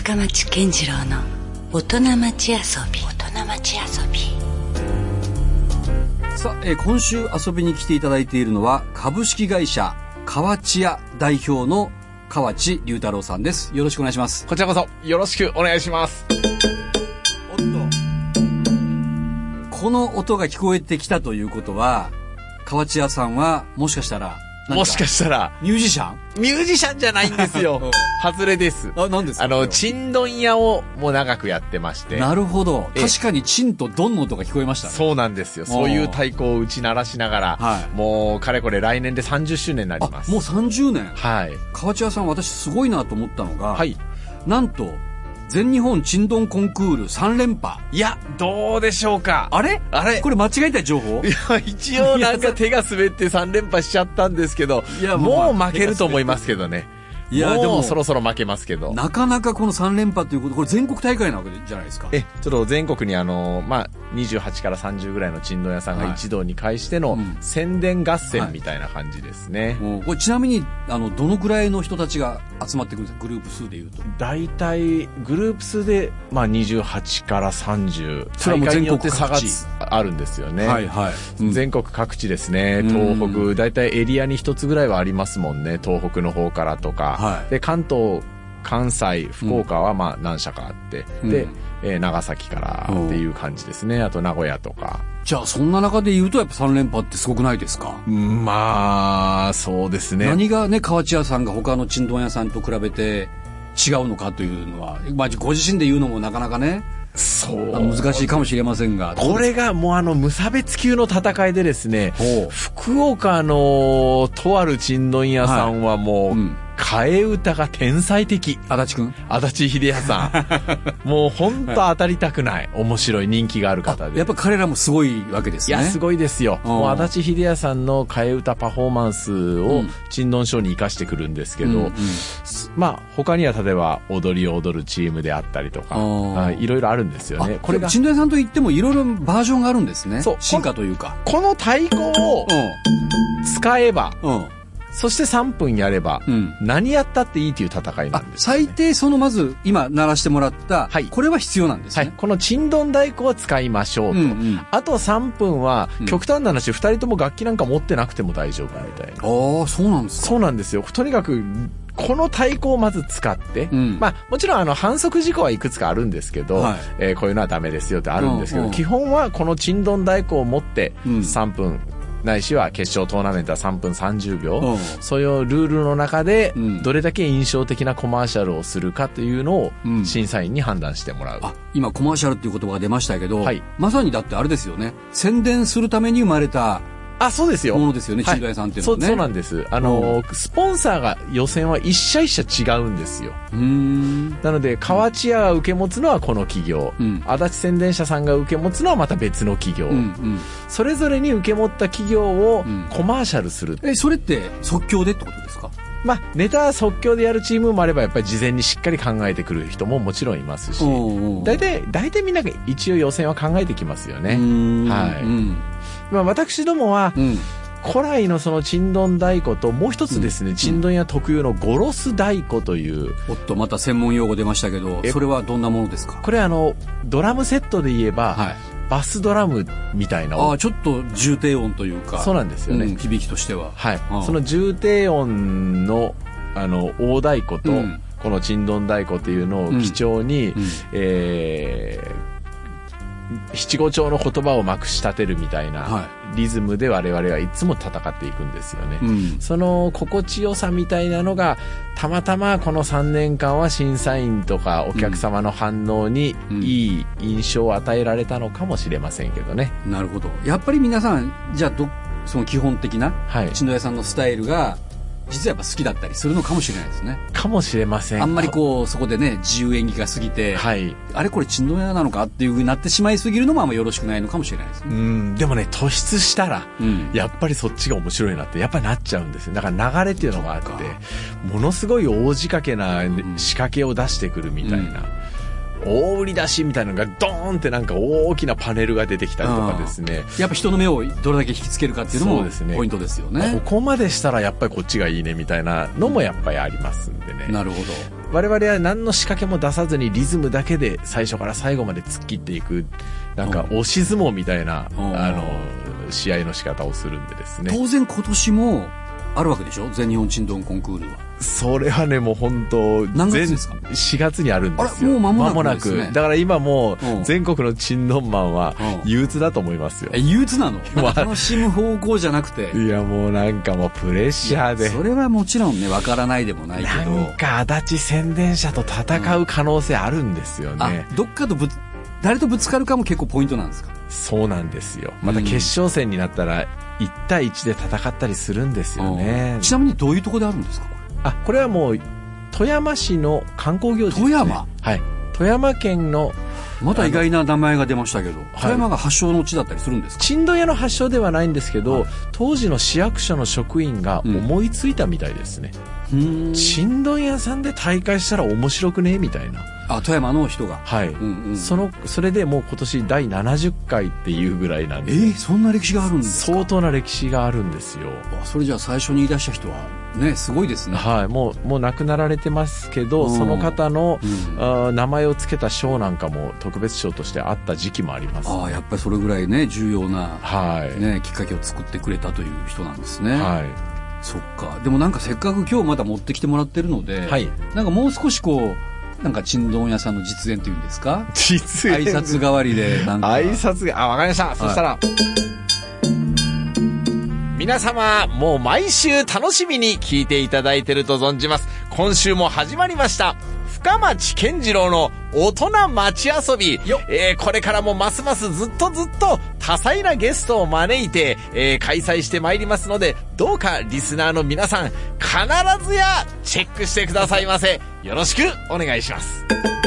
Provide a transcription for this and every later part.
深町健次郎の大人町遊び。 さあ、今週遊びに来ていただいているのは株式会社河内屋代表の河内龍太郎さんです。よろしくお願いします。 こちらこそよろしくお願いします。 おっと、この音が聞こえてきたということは、河内屋さんはもしかしたらミュージシャンじゃないんですよ。外れです。 何ですか？ チンドン屋をもう長くやってまして。 なるほど。確かにチンとドンの音が聞こえましたね。 そうなんですよ。そういう太鼓を打ち鳴らしながら、はい、もうかれこれ来年で30周年になります。 もう30年。 はい。 河内屋さん、私すごいなと思ったのが、 はい。 なんと全日本チンドンコンクール3連覇。 いや、どうでしょうか。 あれこれ間違えた情報？ いや、一応なんか手が滑って3連覇しちゃったんですけど、いや、もう負けると思いますけどね。いや、でもそろそろ負けますけど。 なかなかこの3連覇ということ、これ全国大会なわけじゃないですか。 ちょっと全国に28から30ぐらいのチンドン屋さんが一堂に会しての宣伝合戦みたいな感じですね。 これちなみに、どのくらいの人たちが集まってくるんですか？グループ数でいうと。 大体、グループ数で、28から30。 それはもう全国各地。 差があるんですよね。 はいはい。 全国各地ですね。東北、大体エリアに一つぐらいはありますもんね。東北の方からとか。はい、で、関東、関西、福岡は何社かあって、で、長崎からっていう感じですね。あと名古屋とか。 じゃあそんな中で言うとやっぱ3連覇ってすごくないですか？ そうですね。 何がね、河内屋さんが他のチンドン屋さんと比べて違うのかというのは、ご自身で言うのもなかなかね、難しいかもしれませんが、 これがもう無差別級の戦いでですね、福岡のとあるチンドン屋さんはもう、替え歌が天才的。 足立秀也さん。もう本当当たりたくない。面白い人気がある方で。 やっぱ彼らもすごいわけですね。 いや、すごいですよ。もう足立秀也さんの替え歌パフォーマンスをチンドンショーに活かしてくるんですけど、他には例えば踊りを踊るチームであったりとか、いろいろあるんですよね。 これがチンドン屋さんといってもいろいろバージョンがあるんですね。進化というか。 この太鼓を使えば、そして3分やれば、何やったっていいという戦いなんです、 最低まず今鳴らしてもらった、これは必要なんですね。 はい。このチンドン太鼓を使いましょうと。あと3分は、極端な話、2人とも楽器なんか持ってなくても大丈夫みたいな。 そうなんですか。 そうなんですよ。とにかく、この太鼓をまず使って、もちろん反則事項はいくつかあるんですけど、こういうのはダメですよってあるんですけど、基本はこのチンドン太鼓を持って3分、ないしは決勝トーナメントは3分30秒、そういうルールの中でどれだけ印象的なコマーシャルをするかというのを審査員に判断してもらう。 今コマーシャルっていう言葉が出ましたけど、まさにだってあれですよね、宣伝するために生まれたそうですよ。 ものですよね、チンドン屋さんっていうのはね。 そうなんです。スポンサーが予選は一社一社違うんですよ。なので、河内屋が受け持つのはこの企業。足立宣伝社さんが受け持つのはまた別の企業。それぞれに受け持った企業をコマーシャルする。 それって即興でってことですか？ ネタは即興でやるチームもあれば、やっぱり事前にしっかり考えてくる人ももちろんいますし、大体みんなが一応予選は考えてきますよね。はい。私どもは、古来のそのチンドン太鼓ともう一つですね、チンドン屋特有のゴロス太鼓という。 また専門用語出ましたけど、それはどんなものですか？ これドラムセットで言えば、バスドラムみたいな。 ちょっと重低音というか。 そうなんですよね。 響きとしては。 はい。その重低音の、大太鼓と、このチンドン太鼓っていうのを基調に、七五調の言葉をまくし立てるみたいなリズムで我々はいつも戦っていくんですよね。その心地よさみたいなのがたまたまこの3年間は審査員とかお客様の反応にいい印象を与えられたのかもしれませんけどね。 なるほど。やっぱり皆さんじゃあその基本的なチンドン屋さんのスタイルが実はやっぱ好きだったりするのかもしれないですね。 かもしれません。 あんまりそこでね、自由演劇が過ぎて、あれこれチンドン屋なのかっていう風になってしまいすぎるのもあんまよろしくないのかもしれないですね。 でもね、突出したら、やっぱりそっちが面白いなってやっぱりなっちゃうんですよ。だから流れっていうのがあって、ものすごい大仕掛けな仕掛けを出してくるみたいな。 大売り出しみたいなのがドーンってなんか大きなパネルが出てきたりとかですね。 やっぱ人の目をどれだけ引きつけるかっていうのもポイントですよね。 ここまでしたらやっぱりこっちがいいねみたいなのもやっぱりありますんでね。 なるほど。 我々は何の仕掛けも出さずにリズムだけで最初から最後まで突っ切っていく、なんか押し相撲みたいな、試合の仕方をするんでですね。 当然今年もあるわけでしょ、全日本チンドンコンクールは。 それはね、もう本当何月ですか ？4月にあるんですよ。 もう間もなくですね。 だから今もう全国のチンドンマンは憂鬱だと思いますよ。 憂鬱なの？楽しむ方向じゃなくて。 いやもうなんかもうプレッシャーで。 それはもちろんね、わからないでもないけど。 なんか足立宣伝者と戦う可能性あるんですよね。 どっかと誰とぶつかるかも結構ポイントなんですか？ そうなんですよ。また決勝戦になったら1対1で戦ったりするんですよね。 ちなみにどういうところであるんですか？ これはもう富山市の観光行事ですね。 富山？ はい。富山県のまた意外な名前が出ましたけど、富山が発祥の地だったりするんですか？ チンドン屋の発祥ではないんですけど、当時の市役所の職員が思いついたみたいですね。チンドン屋さんで大会したら面白くねみたいな。 富山の人が。 はい。それでもう今年第70回っていうぐらいなんで。 そんな歴史があるんですか？ 相当な歴史があるんですよ。 それじゃあ最初に言い出した人はね、すごいですね。 はい。もう亡くなられてますけど、その方の、名前を付けた賞なんかも特別賞としてあった時期もあります、 やっぱりそれぐらいね、重要な、 はいきっかけを作ってくれたという人なんですね。 はい。 そっか。でもなんかせっかく今日また持ってきてもらってるので、 はい、 なんかもう少しなんかチンドン屋さんの実演っていうんですか？ 実演。 挨拶代わりでなんか。 挨拶が、わかりました。そしたら、皆様、もう毎週楽しみに聞いていただいてると存じます。今週も始まりました。深町健次郎の大人町遊び。これからもますますずっと多彩なゲストを招いて、開催してまいりますので、どうかリスナーの皆さん、必ずやチェックしてくださいませ。よろしくお願いします。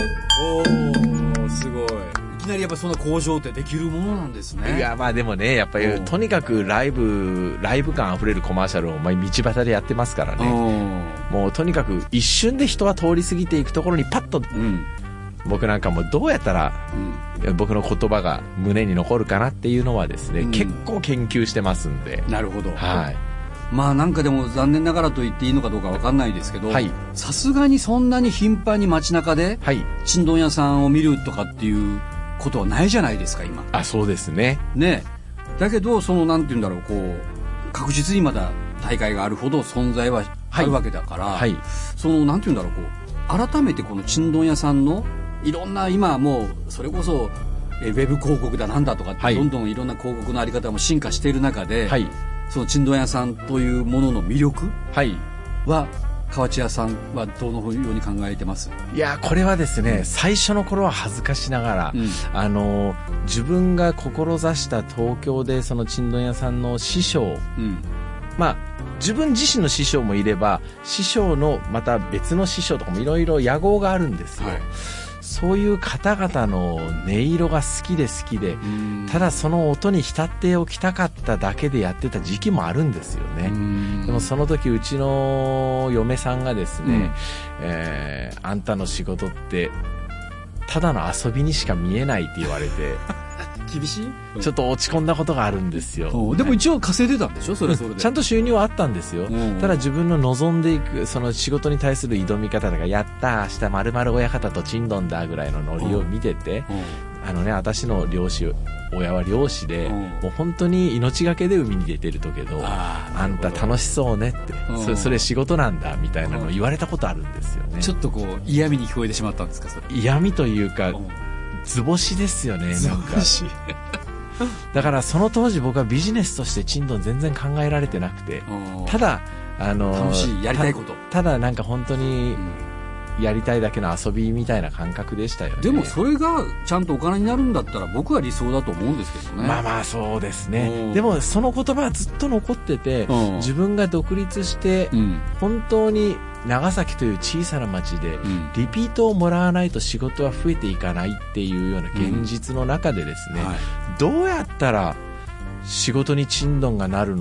すごい。いきなりやっぱそんな向上ってできるものなんですね。 いや、まあでもね、やっぱりとにかくライブ感あふれるコマーシャルを道端でやってますからね。もうとにかく一瞬で人は通り過ぎていくところにパッと、僕なんかもどうやったら、僕の言葉が胸に残るかなっていうのはですね、結構研究してますんで。 なるほど。 はい。 まあなんかでも残念ながらと言っていいのかどうかわかんないですけど、さすがにそんなに頻繁に街中で、チンドン屋さんを見るとかっていうことはないじゃないですか、今。 そうですね。 ね。だけど、なんて言うんだろう、確実にまだ大会があるほど存在はあるわけだから、なんて言うんだろう、改めてこのチンドン屋さんのいろんな、今もうそれこそウェブ広告だなんだとかって、どんどんいろんな広告のあり方も進化している中で、そのチンドン屋さんというものの魅力は、河内屋さんはどのように考えてます？ いや、これはですね、最初の頃は恥ずかしながら、自分が志した東京でそのチンドン屋さんの師匠、自分自身の師匠もいれば、師匠のまた別の師匠とかもいろいろ野号があるんですよ。そういう方々の音色が好きで、ただその音に浸っておきたかっただけでやってた時期もあるんですよね。でもその時うちの嫁さんがですね、あんたの仕事ってただの遊びにしか見えないって言われて厳しい？ ちょっと落ち込んだことがあるんですよ。 でも一応稼いでたんでしょ？それでちゃんと収入はあったんですよ。ただ自分の望んでいくその仕事に対する挑み方とか、やった明日丸々親方とチンドンだぐらいのノリを見てて、私の親は漁師で、もう本当に命がけで海に出てるとけど、あんた楽しそうねって、それ仕事なんだみたいなのを言われたことあるんですよね。 ちょっと嫌味に聞こえてしまったんですか？それ嫌味というか、図星ですよね。なんかだからその当時僕はビジネスとしてチンドン全然考えられてなくて、ただ楽しいやりたいこと、 ただなんか本当にやりたいだけの遊びみたいな感覚でしたよね。 でもそれがちゃんとお金になるんだったら僕は理想だと思うんですけどね。 まあそうですね。でもその言葉はずっと残ってて、自分が独立して本当に長崎という小さな町でリピートをもらわないと仕事は増えていかないっていうような現実の中でですね、どうやったら仕事にチンドンがなるの、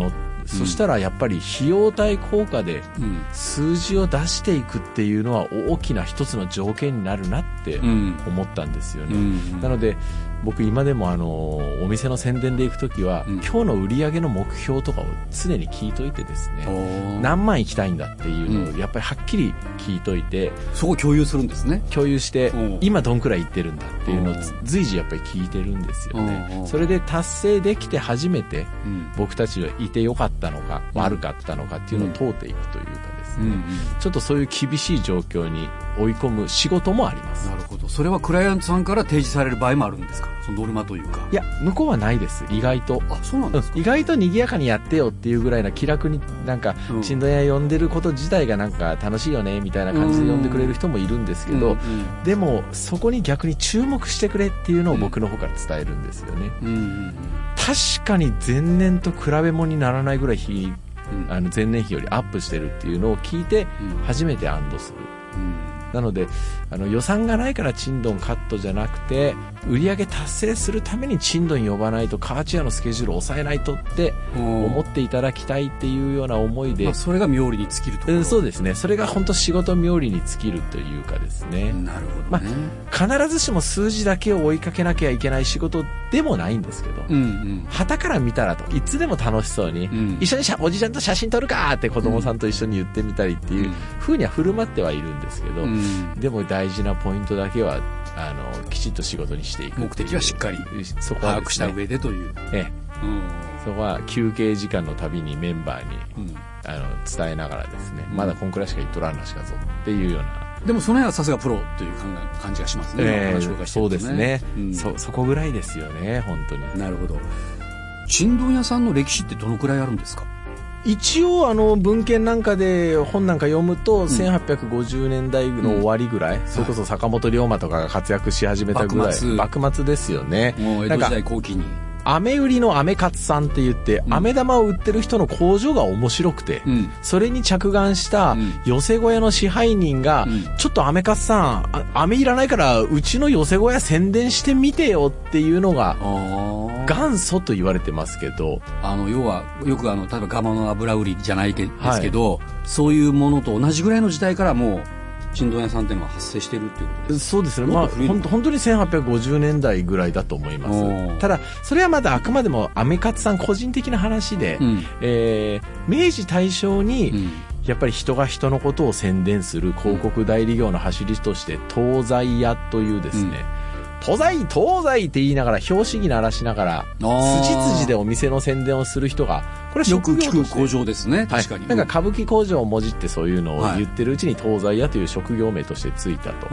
そしたらやっぱり費用対効果で数字を出していくっていうのは大きな一つの条件になるなって思ったんですよね。なので僕今でもお店の宣伝で行くときは、今日の売り上げの目標とかを常に聞いといてですね、何万行きたいんだっていうのをやっぱりはっきり聞いといて、 そこを共有するんですね。 共有して今どんくらい行ってるんだっていうのを随時やっぱり聞いてるんですよね。それで達成できて初めて僕たちはいてよかったのか悪かったのかっていうのを問うていくというかですね、ちょっとそういう厳しい状況に追い込む仕事もあります。 なるほど。それはクライアントさんから提示される場合もあるんですか？そのノルマというか。 いや、向こうはないです。意外と。 あ、そうなんですか。 意外と賑やかにやってよっていうぐらいな気楽になんか、ちんどん屋呼んでること自体がなんか楽しいよねみたいな感じで呼んでくれる人もいるんですけど、でもそこに逆に注目してくれっていうのを僕の方から伝えるんですよね。確かに前年と比べ物にならないぐらい前年比よりアップしてるっていうのを聞いて初めて安堵する。なので予算がないからチンドンカットじゃなくて、売上達成するためにチンドン呼ばないと河内屋のスケジュールを抑えないとって思っていただきたいっていうような思いで、 それが妙利に尽きるところ。 そうですね。それが本当仕事妙利に尽きるというかですね。 なるほどね。 必ずしも数字だけを追いかけなきゃいけない仕事でもないんですけど、旗から見たらといつでも楽しそうに、一緒におじちゃんと写真撮るかって子供さんと一緒に言ってみたりっていう風には振る舞ってはいるんですけど、でも大事なポイントだけはきちっと仕事にしていく。 目的はしっかりそこは把握した上でという。 そこは休憩時間のたびにメンバーに、伝えながらですね、まだこんくらいしか言っとらんらしかぞっていうような。 でもその辺はさすがプロという感じがしますね。 そうですね。そこぐらいですよね、本当に。 なるほど。チンドン屋さんの歴史ってどのくらいあるんですか？ 一応文献なんかで本なんか読むと、1850年代の終わりぐらい、それこそ坂本龍馬とかが活躍し始めたぐらい、幕末ですよね。 もう江戸時代後期に飴売りの飴勝さんって言って、飴玉を売ってる人の工場が面白くて、それに着眼した寄せ小屋の支配人が、ちょっと飴勝さん、飴いらないからうちの寄せ小屋宣伝してみてよっていうのが元祖と言われてますけど、 要はよく例えばガマの油売りじゃないですけど、そういうものと同じぐらいの時代からもうチンドン屋さんっていうのは発生してるっていうことですか？ そうですね。本当に1850年代ぐらいだと思います。ただそれはまだあくまでも飴勝さん個人的な話で、明治大正に、やっぱり人が人のことを宣伝する広告代理業の走りとして東西屋というですね、東西って言いながら拍子木鳴らしながら筋でお店の宣伝をする人が、これはよく聞く工場ですね。確かに。 なんか歌舞伎工場をもじってそういうのを言ってるうちに東西屋という職業名としてついたと。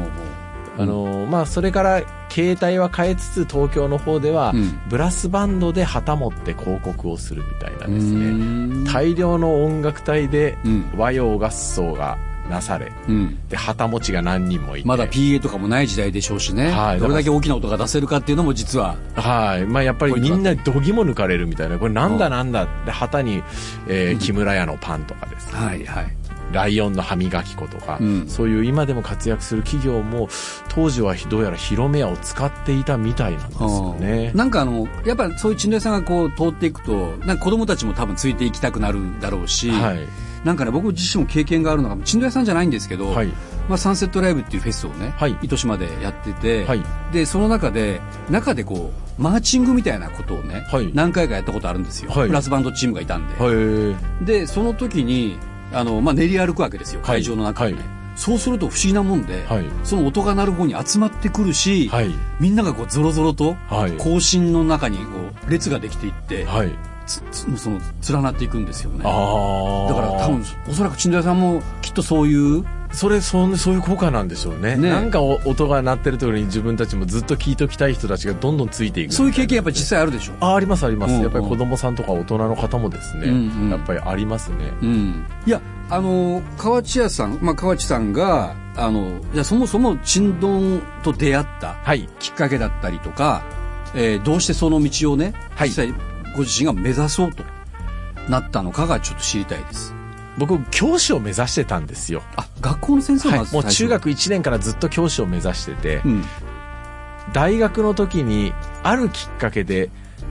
それから形態は変えつつ、東京の方ではブラスバンドで旗持って広告をするみたいなですね、大量の音楽隊で和洋合奏がなされ、で旗持ちが何人もいて、 まだ PA とかもない時代でしょうしね、どれだけ大きな音が出せるかっていうのも実は、 やっぱりみんな度肝抜かれるみたいな、これなんだで旗に、木村屋のパンとかですね、ライオンの歯磨き粉とか、そういう今でも活躍する企業も当時はどうやら広め屋を使っていたみたいなんですよね。 なんかやっぱそういうチンドン屋さんがこう通っていくと、なんか子供たちも多分ついていきたくなるだろうし、なんかね、僕自身も経験があるのが、チンドン屋さんじゃないんですけど、サンセットライブっていうフェスをね、糸島でやってて、でその中でこうマーチングみたいなことをね、何回かやったことあるんですよ。ブラスバンドチームがいたんで、でその時に練り歩くわけですよ、会場の中でね。そうすると不思議なもんで、その音が鳴る方に集まってくるし、みんながこうゾロゾロと行進の中にこう列ができていって、連なっていくんですよね。だから多分おそらくチンドン屋さんもきっとそういうそういう効果なんでしょうね。なんか音が鳴ってるところに自分たちもずっと聞いておきたい人たちがどんどんついていく。 そういう経験やっぱり実際あるでしょ？ あります。やっぱり子供さんとか大人の方もですね、やっぱりありますね。 いや河内屋さん、河内さんがじゃあそもそもチンドンと出会ったきっかけだったりとか、どうしてその道をね、実際ご自身が目指そうとなったのかがちょっと知りたいです。 僕教師を目指してたんですよ。 学校の先生は、 もう中学1年からずっと教師を目指してて、大学の時にあるきっかけで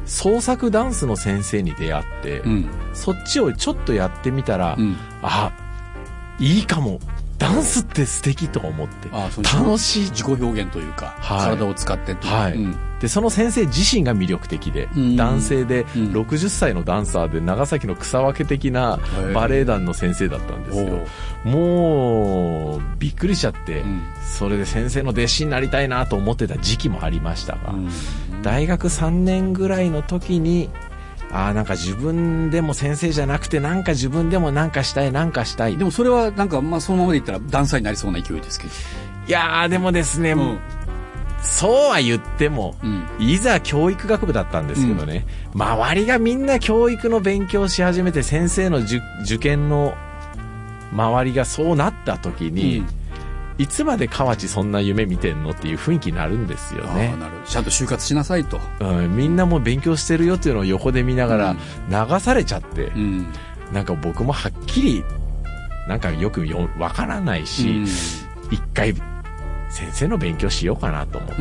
創作ダンスの先生に出会って、そっちをちょっとやってみたら、いいかも。ダンスって素敵と思って。楽しい。 自己表現というか、体を使ってっていう。 で、その先生自身が魅力的で、男性で60歳のダンサーで長崎の草分け的なバレエ団の先生だったんですよ。もう、びっくりしちゃって、それで先生の弟子になりたいなと思ってた時期もありましたが、大学3年ぐらいの時に、なんか自分でも先生じゃなくて、なんか自分でもなんかしたい。 でもそれはなんか、そのままで言ったらダンサーになりそうな勢いですけど。 いやー、でもですね、そうは言っても、いざ教育学部だったんですけどね、周りがみんな教育の勉強し始めて、先生の受験の周りがそうなった時に、いつまで河内そんな夢見てんのっていう雰囲気になるんですよね。 なるほど。ちゃんと就活しなさいと。 みんなもう勉強してるよっていうのを横で見ながら流されちゃって、なんか僕もはっきりなんかよくわからないし、一回先生の勉強しようかなと思って、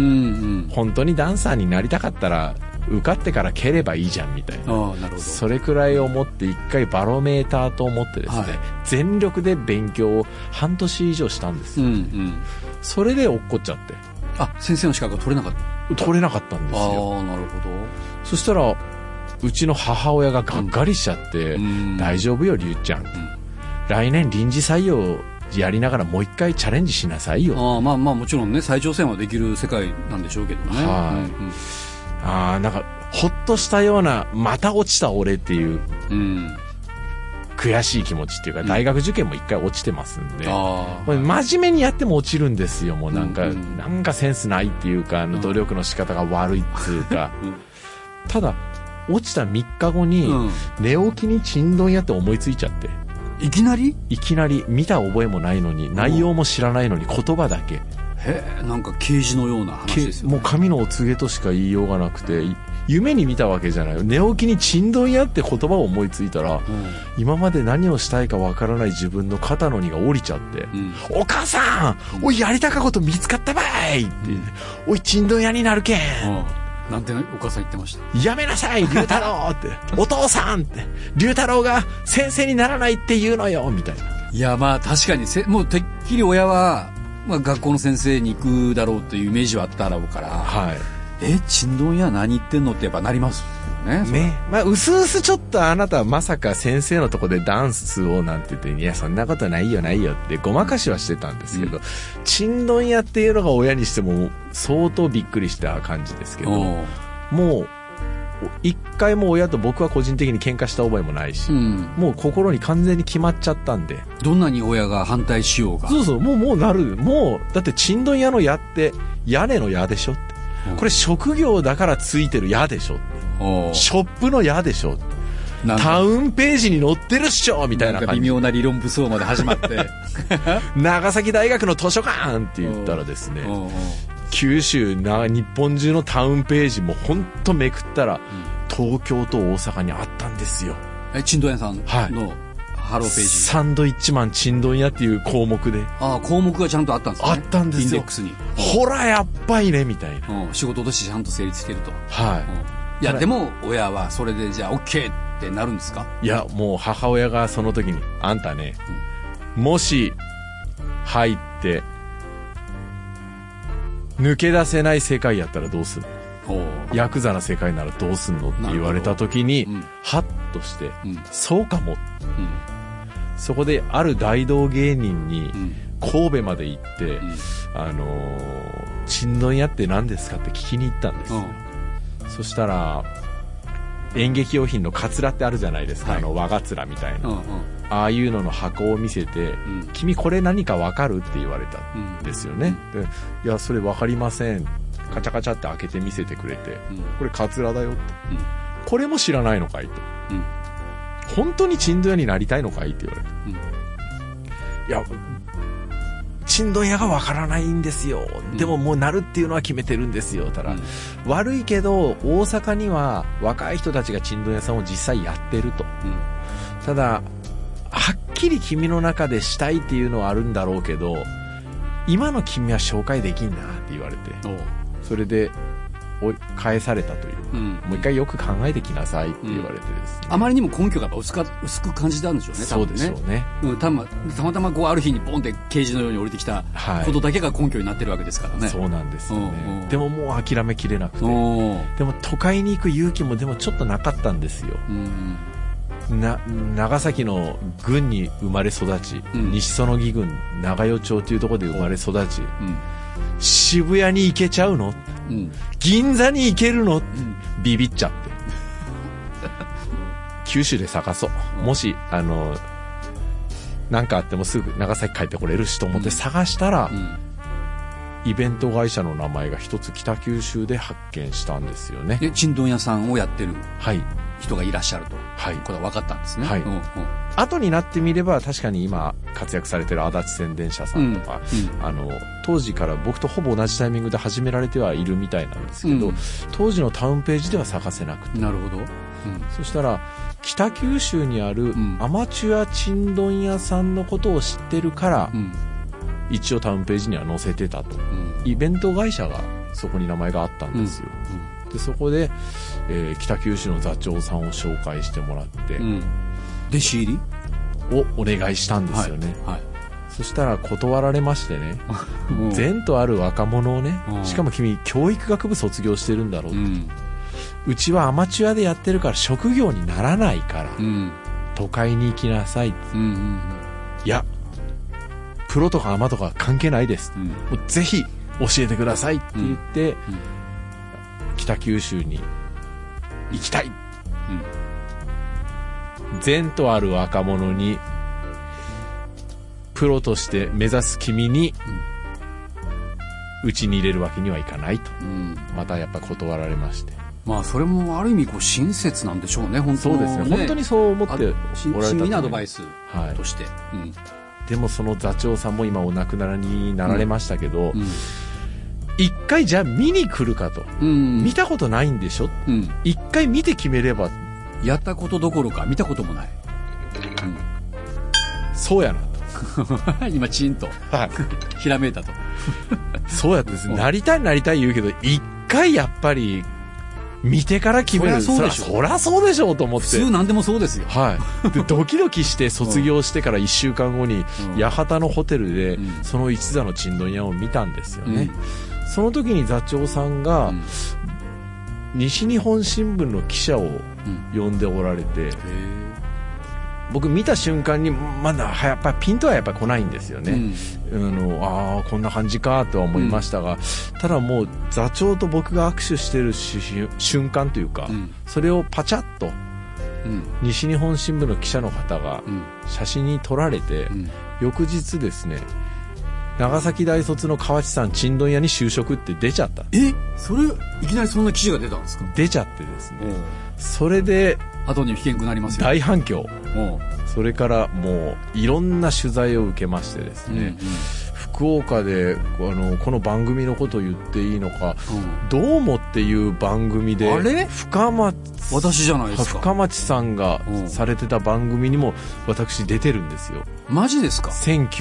本当にダンサーになりたかったら受かってから蹴ればいいじゃんみたいな。なるほど。それくらい思って一回バロメーターと思ってですね、全力で勉強を半年以上したんですよ。それで落っこっちゃって。 先生の資格が取れなかった？ 取れなかったんですよ。 なるほど。 そしたらうちの母親ががっかりしちゃって、大丈夫よ龍ちゃん、来年臨時採用やりながらもう一回チャレンジしなさいよ。 もちろんね、再挑戦はできる世界なんでしょうけどね。 なんかほっとしたような、また落ちた俺っていう、悔しい気持ちっていうか、大学受験も一回落ちてますんで、真面目にやっても落ちるんですよ。もうなんかセンスないっていうか、努力の仕方が悪いっていうか、ただ落ちた3日後に、寝起きにちんどんやって思いついちゃって、いきなり見た覚えもないのに、内容も知らないのに言葉だけ。 なんか啓示のような話ですよね。 もう神のお告げとしか言いようがなくて、夢に見たわけじゃない。寝起きにちんどんやって言葉を思いついたら、今まで何をしたいかわからない自分の肩の荷が下りちゃって、お母さん、おいやりたかこと見つかったばいって、おいちんどんやになるけん。 なんてお母さん言ってました。 やめなさい龍太郎ってお父さんって龍太郎が先生にならないって言うのよみたいな。 いや確かにもうてっきり親は、学校の先生に行くだろうというイメージはあっただろうから、ちんどんや何言ってんのってやっぱなりますよね。 うすうすちょっとあなたはまさか先生のとこでダンスをなんて言って、いやそんなことないよってごまかしはしてたんですけど、ちんどんやっていうのが親にしても相当びっくりした感じですけど、もう一回も親と僕は個人的に喧嘩した覚えもないし、もう心に完全に決まっちゃったんで、 どんなに親が反対しようが、 もうだってちんどん屋の屋って屋根の屋でしょって、これ職業だからついてる屋でしょって、ショップの屋でしょって、タウンページに載ってるっしょみたいな感じ、 微妙な理論武装まで始まって長崎大学の図書館って言ったらですね、九州日本中のタウンページもほんとめくったら、東京と大阪にあったんですよ。 ちんどん屋さんの、ハローページ、 サンドイッチマンちんどん屋っていう項目で、 項目がちゃんとあったんですね。 あったんですよ、 インデックスに。 ほらやっぱりねみたいな、 仕事としてちゃんと成立してると。いやでも親はそれでじゃあ OK ってなるんですか？ いやもう母親がその時に、あんたね、もし入って抜け出せない世界やったらどうするの？ヤクザな世界ならどうすんのって言われた時に、ハッとして、そうかも、そこである大道芸人に神戸まで行って、ちんどん屋って何ですかって聞きに行ったんですよ。そしたら演劇用品のカツラってあるじゃないですか、和カツラみたいな、ああいうのの箱を見せて、君これ何か分かるって言われたんですよね。で、いやそれ分かりません。カチャカチャって開けて見せてくれて、これカツラだよって、これも知らないのかいと、本当にちんどん屋になりたいのかいって言われて、いやちんどん屋がわからないんですよ、でももうなるっていうのは決めてるんですよ。ただ、悪いけど大阪には若い人たちがちんどん屋さんを実際やってると、ただはっきり君の中でしたいっていうのはあるんだろうけど、今の君は紹介できんなって言われて、それで返されたという、もう一回よく考えてきなさいって言われてですね、 あまりにも根拠が薄く感じたんでしょうね。 そうでしょうね。 たまたまこうある日にポンって刑事のように降りてきたことだけが根拠になってるわけですからね。 そうなんですよね。でももう諦めきれなくて、でも都会に行く勇気もでもちょっとなかったんですよ。長崎の郡に生まれ育ち、西園木郡長与町というところで生まれ育ち、渋谷に行けちゃうの、銀座に行けるの、ビビっちゃって九州で探そう、もし何かあってもすぐ長崎帰ってこれるしと思って探したら、イベント会社の名前が一つ北九州で発見したんですよね。 で、ちんどん屋さんをやってる人がいらっしゃると、いうことが分かったんですね。 後になってみれば確かに今活躍されてる足立宣伝社さんとか、当時から僕とほぼ同じタイミングで始められてはいるみたいなんですけど、当時のタウンページでは探せなくて。 なるほど。 そしたら北九州にあるアマチュアちんどん屋さんのことを知ってるから、一応タウンページには載せてたと、イベント会社がそこに名前があったんですよ。でそこで、北九州の座長さんを紹介してもらって、 弟子入りをお願いしたんですよね。そしたら断られましてね前途ある若者をね、しかも君教育学部卒業してるんだろうと、うちはアマチュアでやってるから職業にならないから、都会に行きなさい、いやプロとかアマとか関係ないです、もうぜひ教えてくださいって言って、北九州に行きたい、前途ある若者にプロとして目指す君にうちに入れるわけにはいかないと、またやっぱ断られまして、 まあそれもある意味こう親切なんでしょうね。本当そうですね、本当にそう思っておられた、 親身なアドバイスとして、 でもその座長さんも今お亡くなりになられましたけど、一回じゃあ見に来るかと、見たことないんでしょ、一回見て決めれば、 やったことどころか見たこともない、 そうやなと今チンと、ひらめいたとそうやってですね、なりたい言うけど一回やっぱり見てから決める。そりゃそうでしょうと思って。 普通何でもそうですよ。 でドキドキして卒業してから1週間後に八幡のホテルでその一座のちんどん屋を見たんですよね。その時に座長さんが西日本新聞の記者を呼んでおられて、僕見た瞬間にまだやっぱりピントはやっぱり来ないんですよね、ああこんな感じかとは思いましたが、ただもう座長と僕が握手してる瞬間というか、それをパチャッと、西日本新聞の記者の方が写真に撮られて、翌日ですね、長崎大卒の河内さんちんどん屋に就職って出ちゃった。 それいきなりそんな記事が出たんですか？ 出ちゃってですね、それで後に危険くなりますよ。 大反響。それからもういろんな取材を受けましてですね、福岡でこの番組のことを言っていいのか、どうもっていう番組で私じゃないですか。 深町さんがされてた番組にも私出てるんですよ。 マジですか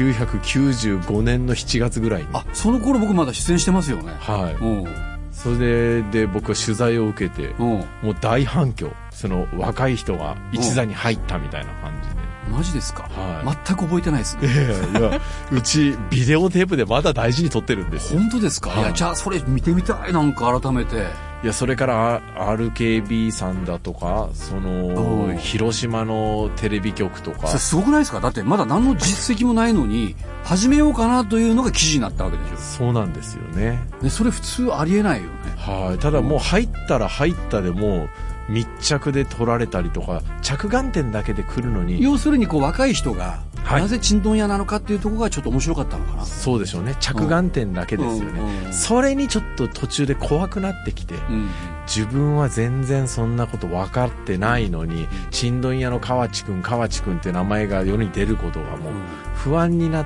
？1995年の7月ぐらいに。 その頃僕まだ出演してますよね。 それで僕は取材を受けて、もう大反響。その若い人が一座に入ったみたいな感じで。 マジですか？全く覚えてないですね。 うちビデオテープでまだ大事に撮ってるんですよ。 本当ですか？いや、じゃあそれ見てみたい、なんか改めて。 いや、それから RKB さんだとか、広島のテレビ局とか。 それすごくないですか？だってまだ何の実績もないのに始めようかなというのが記事になったわけでしょ。 そうなんですよね。 それ普通ありえないよね。 ただもう入ったら入ったでもう密着で撮られたりとか、着眼点だけで来るのに、 要するにこう若い人がなぜちんどん屋なのかっていうところがちょっと面白かったのかな。 そうでしょうね。着眼点だけですよね。それにちょっと途中で怖くなってきて、自分は全然そんなこと分かってないのに、ちんどん屋の河内くんって名前が世に出ることがもう不安になって、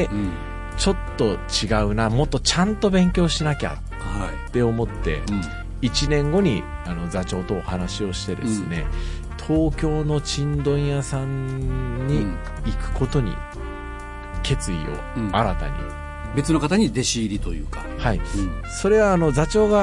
ちょっと違うな、もっとちゃんと勉強しなきゃって思って、1年後に座長とお話をしてですね、東京のちんどん屋さんに行くことに決意を新たに、 別の方に弟子入りというか、 それは座長が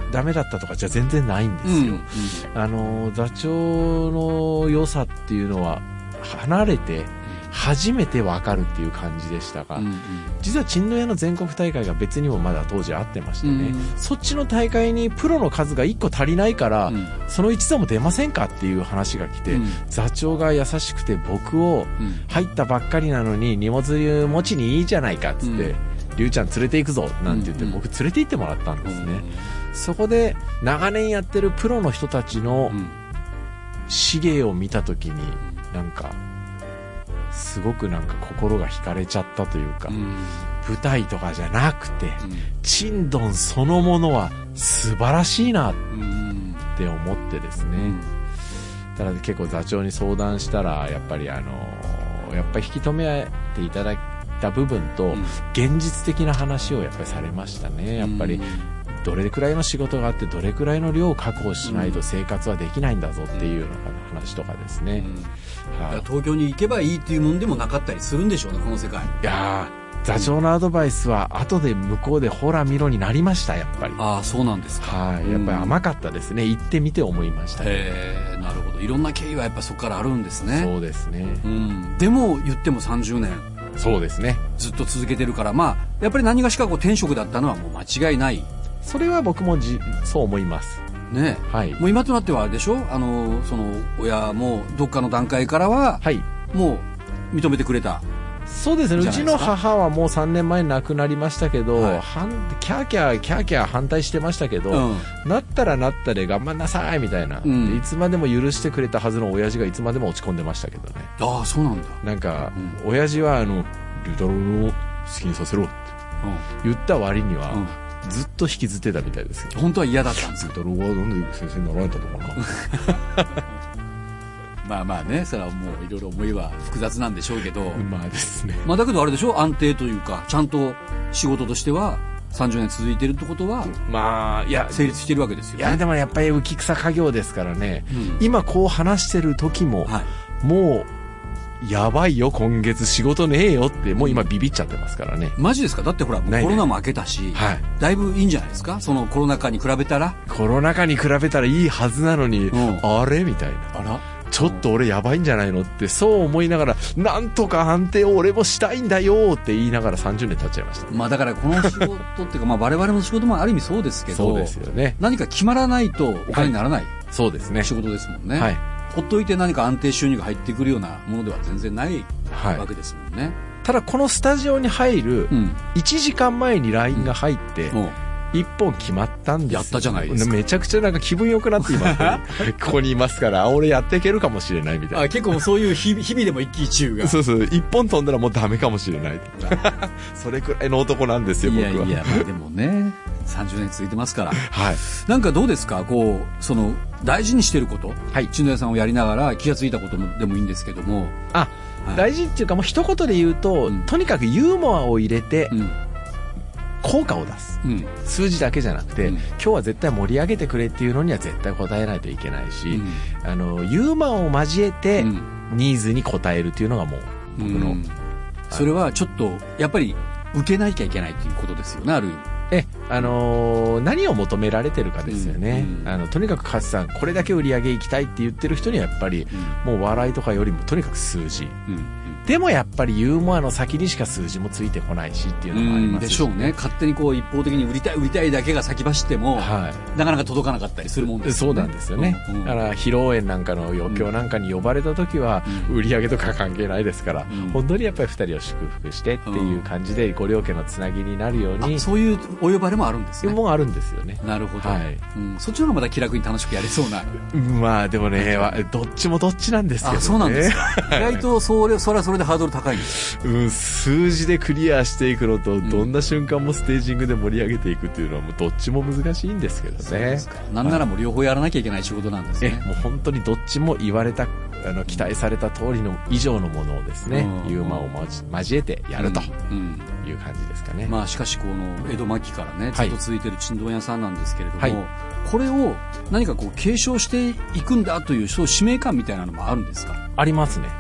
ダメだったとかじゃ全然ないんですよ。座長の良さっていうのは離れて初めて分かるっていう感じでしたが、実は鎮野屋の全国大会が別にもまだ当時あってましてね、そっちの大会にプロの数が1個足りないから、その一座も出ませんかっていう話が来て、座長が優しくて僕を入ったばっかりなのに荷物持ちにいいじゃないかっつって、龍ちゃん連れて行くぞなんて言って僕連れて行ってもらったんですね。そこで長年やってるプロの人たちの資芸を見た時になんかすごくなんか心が惹かれちゃったというか、舞台とかじゃなくて、ちんどんそのものは素晴らしいなって思ってですね、ただ結構座長に相談したらやっぱりやっぱり引き止めていただいた部分と現実的な話をやっぱりされましたね。やっぱりどれくらいの仕事があってどれくらいの量を確保しないと生活はできないんだぞっていうような話とかですね、 東京に行けばいいっていうもんでもなかったりするんでしょうね、この世界。 いや座長のアドバイスは後で向こうでほら見ろになりました。やっぱりそうなんですか。 やっぱり甘かったですね。行ってみて思いましたね。 なるほど。いろんな経緯はやっぱそこからあるんですね。 そうですね、 でも言っても30年そうですねずっと続けてるから、やっぱり何がしか転職だったのはもう間違いない。 それは僕もそう思いますね。もう今となってはあれでしょ、その親もどっかの段階からはもう認めてくれた。 そうですね。うちの母はもう3年前に亡くなりましたけど、キャーキャー反対してましたけど、なったらなったで頑張んなさいみたいな、いつまでも許してくれたはずの親父がいつまでも落ち込んでましたけどね。 そうなんだ。 なんか、親父は龍太郎を好きにさせろって言った割には、ずっと引きずってたみたいですけど。 本当は嫌だったんですよ。 龍太郎はなんで先生になられたのかな。 まあね、それはもういろいろ思いは複雑なんでしょうけど、 ですね。 だけどあれでしょ、安定というかちゃんと仕事としては30年続いてるってことは成立してるわけですよね。 いやでもやっぱり浮き草家業ですからね、今こう話してる時も、もうやばいよ今月仕事ねえよってもう今ビビっちゃってますからね。 マジですか。だってほらコロナも明けたし、だいぶいいんじゃないですか。そのコロナ禍に比べたら。 コロナ禍に比べたらいいはずなのに、あれみたいな。ちょっと俺やばいんじゃないのってそう思いながら、なんとか安定を俺もしたいんだよって言いながら30年経っちゃいました。 だからこの仕事っていうか我々の仕事もある意味そうですけど、 そうですよね。 何か決まらないとお金にならない、 そうですね。 仕事ですもんね。ほっといて何か安定収入が入ってくるようなものでは全然ないわけですもんね。 ただこのスタジオに入る1時間前に LINE が入って、一本決まったんですよ。 やったじゃないですか。 めちゃくちゃなんか気分良くなって今ここにいますから、俺やっていけるかもしれないみたいな。 結構そういう日々でも一喜一憂が。 そう一本飛んだらもうダメかもしれないそれくらいの男なんですよ僕は。 いやでもね30年続いてますから。なんかどうですか、こうその大事にしてること、鎮野屋さんをやりながら気がついたことでもいいんですけども。 大事っていうかもう一言で言うと、とにかくユーモアを入れて、効果を出す、数字だけじゃなくて、今日は絶対盛り上げてくれっていうのには絶対応えないといけないし、ユーモアを交えてニーズに応えるっていうのがもう僕の、 それはちょっとやっぱり受けなきゃいけないっていうことですよね、ある意味。 何を求められてるかですよね。とにかく勝さんこれだけ売り上げいきたいって言ってる人にはやっぱり、もう笑いとかよりもとにかく数字、でもやっぱりユーモアの先にしか数字もついてこないしっていうのもありますし、 でしょうね。勝手にこう一方的に売りたいだけが先走っても、なかなか届かなかったりするもんですよね。 そうなんですよね。だから披露宴なんかの余興なんかに呼ばれた時は、売り上げとか関係ないですから、本当にやっぱり2人を祝福してっていう感じで、ご両家のつなぎになるように。 そういうお呼ばれもあるんですね。 もうあるんですよね。 なるほど。そっちの方がまた気楽に楽しくやれそうな。 でもね、どっちもどっちなんですけどね。 そうなんですか。意外とそれはそれでハードル高いんです。 数字でクリアしていくのと、どんな瞬間もステージングで盛り上げていくっていうのはもうどっちも難しいんですけどね。 なんならもう両方やらなきゃいけない仕事なんですね。 もう本当にどっちも言われた期待された通りの以上のものをですね、ユーモアを交えてやるという感じですかね。 しかしこの江戸末期からねずっと続いているちんどん屋さんなんですけれども、これを何かこう継承していくんだというそういう使命感みたいなのもあるんですか。 ありますね。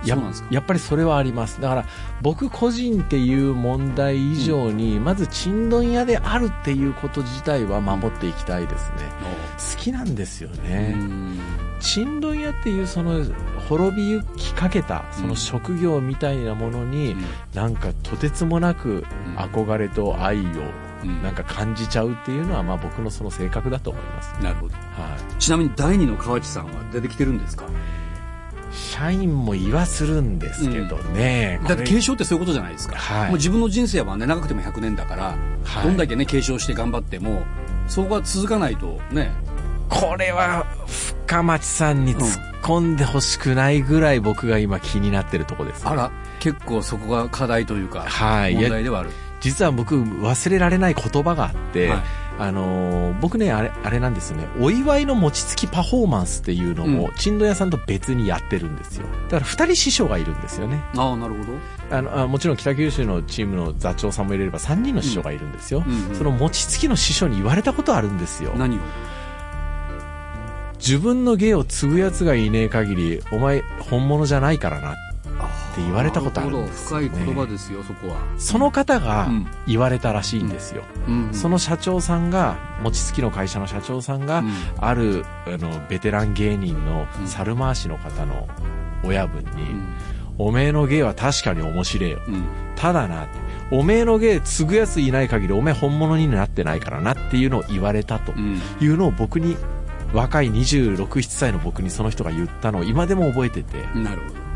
そうなんですか。 やっぱりそれはあります。だから僕個人っていう問題以上に、まずちんどん屋であるっていうこと自体は守っていきたいですね。好きなんですよね。ちんどん屋っていうその滅びゆきかけたその職業みたいなものに、なんかとてつもなく憧れと愛をなんか感じちゃうっていうのは、まあ僕のその性格だと思います。 なるほど。はい。ちなみに第二の河内さんは出てきてるんですか？ 社員も言わするんですけどね。 だって継承ってそういうことじゃないですか。はい。もう自分の人生はね、長くても100年だから、はい、どんだけね、継承して頑張っても、そこが続かないとね。 これは深町さんに突っ込んでほしくないぐらい僕が今気になってるとこです、ね。 あら、結構そこが課題というか、はい、問題ではある。 実は僕忘れられない言葉があって、はい、僕ね、あれなんですよね。お祝いの餅つきパフォーマンスっていうのも、ちんどん屋さんと別にやってるんですよ。だから2人師匠がいるんですよね。 ああ、なるほど。もちろん北九州のチームの座長さんも入れれば3人の師匠がいるんですよ。その餅つきの師匠に言われたことあるんですよ。 何を？ 自分の芸を継ぐやつがいねえ限り、お前本物じゃないからなって言われたことあるんですよね。 深い言葉ですよ、そこは。 その方が言われたらしいんですよ。その社長さんが、餅つきの会社の社長さんが、あるベテラン芸人の猿回しの方の親分に、おめえの芸は確かに面白いよ。ただな、おめえの芸継ぐやついない限りおめえ本物になってないからなっていうのを言われたというのを僕に、若い26、7歳の僕にその人が言ったのを今でも覚えてて。 なるほど。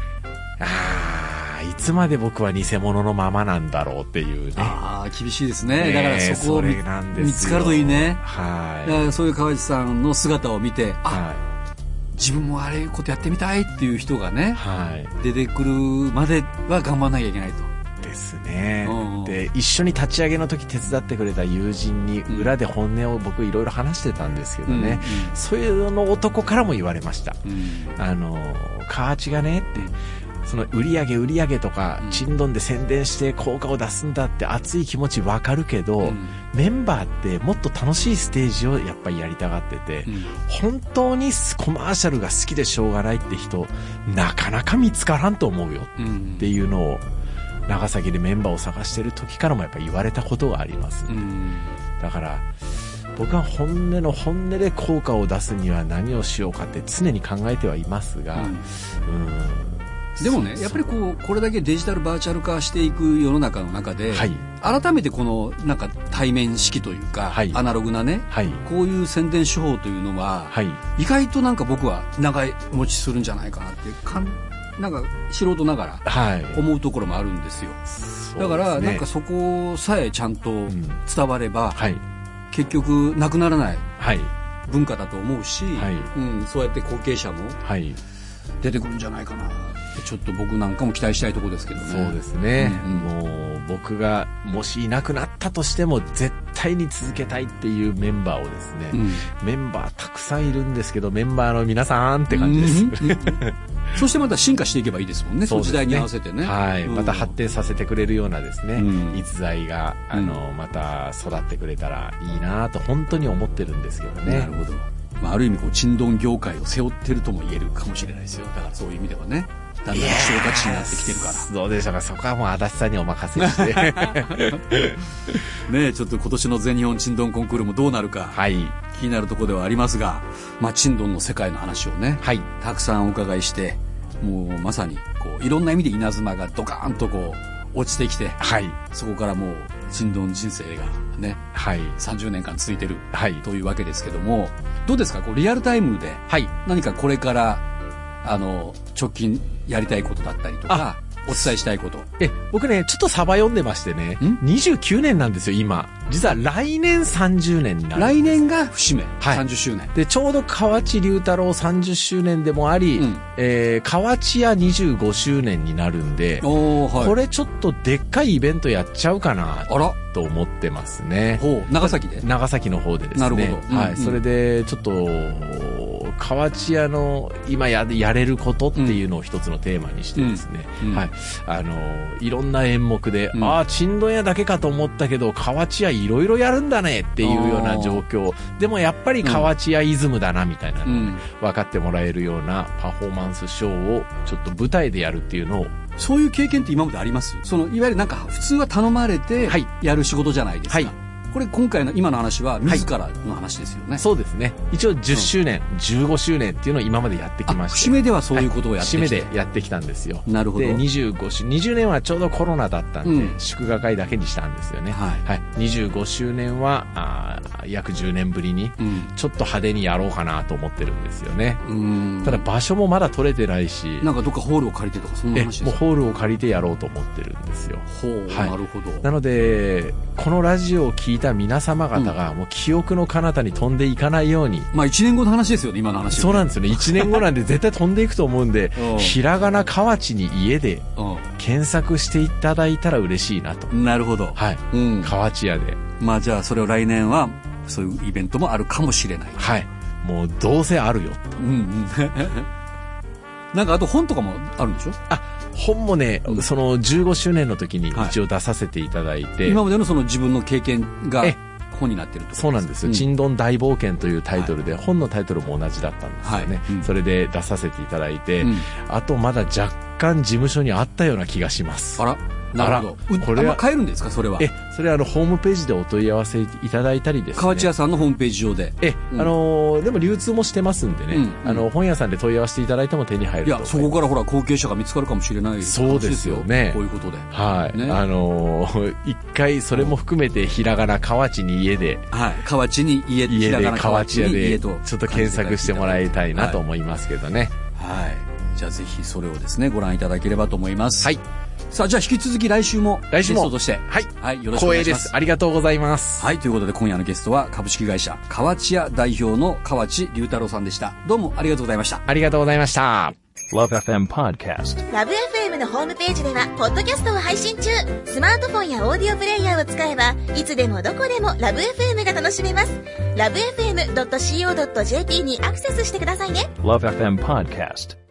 いつまで僕は偽物のままなんだろうっていうね。 厳しいですね。だからそこを見つかるといいね。はい。だからそういう川内さんの姿を見て、自分もあれいうことやってみたいっていう人がね、出てくるまでは頑張らなきゃいけないと。 ですね。で、一緒に立ち上げの時手伝ってくれた友人に裏で本音を僕いろいろ話してたんですけどね、そういうの男からも言われました。河内がねって、その売り上げとか、ちんどんで宣伝して効果を出すんだって熱い気持ちわかるけど、メンバーってもっと楽しいステージをやっぱりやりたがってて、本当にコマーシャルが好きでしょうがないって人、なかなか見つからんと思うよっていうのを、長崎でメンバーを探してる時からもやっぱ言われたことがあります。だから、僕は本音で効果を出すには何をしようかって常に考えてはいますが、 でもね、やっぱりこれだけデジタルバーチャル化していく世の中の中で、改めてこのなんか対面式というか、アナログなね、こういう宣伝手法というのは、意外となんか僕は長持ちするんじゃないかなってなんか素人ながら思うところもあるんですよ。だからなんかそこさえちゃんと伝われば、結局なくならない文化だと思うし、そうやって後継者も出てくるんじゃないかなってちょっと僕なんかも期待したいところですけどね。 そうですね。もう僕がもしいなくなったとしても絶対に続けたいっていうメンバーをですね、メンバーたくさんいるんですけど、メンバーの皆さんって感じです。 そしてまた進化していけばいいですもんね。その時代に合わせてね。 また発展させてくれるようなですね、逸材がまた育ってくれたらいいなと本当に思ってるんですけどね。 なるほど。ある意味ちんどん業界を背負ってるとも言えるかもしれないですよ。だからそういう意味ではね。だんだん希少価値になってきてるから。 どうでしょうか。そこはもう足立さんにお任せして。 ねえ、ちょっと今年の全日本ちんどんコンクールもどうなるか、気になるところではありますが、ちんどんの世界の話をね、たくさんお伺いして、もうまさにいろんな意味で稲妻がドカーンと落ちてきて、そこからもうちんどん人生がね、30年間続いてる、というわけですけども、どうですか、リアルタイムで、何かこれから直近やりたいことだったりとか、お伝えしたいこと。 僕ね、ちょっとサバ読んでましてね、29年なんですよ、今。実は来年30年になる。 来年が節目。30周年。 で、ちょうど河内龍太郎30周年でもあり、河内屋25周年になるんで、これちょっとでっかいイベントやっちゃうかな、と思ってますね。 長崎で？ 長崎の方でですね。 なるほど。 それで、ちょっと、 河内屋の今やれることっていうのを一つのテーマにしてですね、はい。いろんな演目で、ちんどん屋だけかと思ったけど、河内屋いろいろやるんだねっていうような状況。でもやっぱり河内屋イズムだなみたいなのを分かってもらえるようなパフォーマンスショーをちょっと舞台でやるっていうのを、 そういう経験って今まであります？いわゆるなんか普通は頼まれてやる仕事じゃないですか。はい。これ今回の今の話は自らの話ですよね。 そうですね。一応10周年、15周年っていうのを今までやってきまして。 節目ではそういうことをやってきて。 節目でやってきたんですよ。 なるほど。 で、20年はちょうどコロナだったんで、祝賀会だけにしたんですよね。はい。25周年は、約10年ぶりに、ちょっと派手にやろうかなと思ってるんですよね。ただ場所もまだ取れてないし。 なんかどっかホールを借りてとかそんな話ですか？ もうホールを借りてやろうと思ってるんですよ。 はい。なるほど。 なので、このラジオを聞いた皆様方がもう記憶の彼方に飛んでいかないように。 まあ1年後の話ですよね、今の話。 そうなんですよね。1年後なんで絶対飛んでいくと思うんで、ひらがな河内に家で検索していただいたら嬉しいなと。 なるほど。 はい。河内屋で。 まあじゃあそれを来年はそういうイベントもあるかもしれない。 はい。もうどうせあるよと。 なんかあと本とかもあるんでしょ？ 本もね、その15周年の時に一応出させていただいて、 今までのその自分の経験が本になってると。 そうなんですよ。ちんどん大冒険というタイトルで、本のタイトルも同じだったんですよね。それで出させていただいて、あとまだ若干事務所にあったような気がします。 あら。なるほど。これは買えるんですか、それは？ それはホームページでお問い合わせいただいたりですね。 河内屋さんのホームページ上で。 でも流通もしてますんでね、本屋さんで問い合わせていただいても手に入ると。 いや、そこからほら、後継者が見つかるかもしれない。 そうですよね。 こういうことで。 はい。一回それも含めて、ひらがな河内に家で。 はい。河内に家で、 河内屋で、ちょっと検索してもらいたいなと思いますけどね。 はい。じゃあぜひそれをですね、ご覧いただければと思います。 はい。 さあ、じゃあ引き続き来週もゲストとして。 はい。 はい。よろしくお願いします。 光栄です。ありがとうございます。 はい。ということで今夜のゲストは株式会社河内屋代表の河内龍太郎さんでした。どうもありがとうございました。 ありがとうございました。 LoveFM Podcast。 LoveFM のホームページではポッドキャストを配信中。スマートフォンやオーディオプレイヤーを使えばいつでもどこでも LoveFM が楽しめます。LoveFM.co.jp にアクセスしてくださいね。 LoveFM Podcast。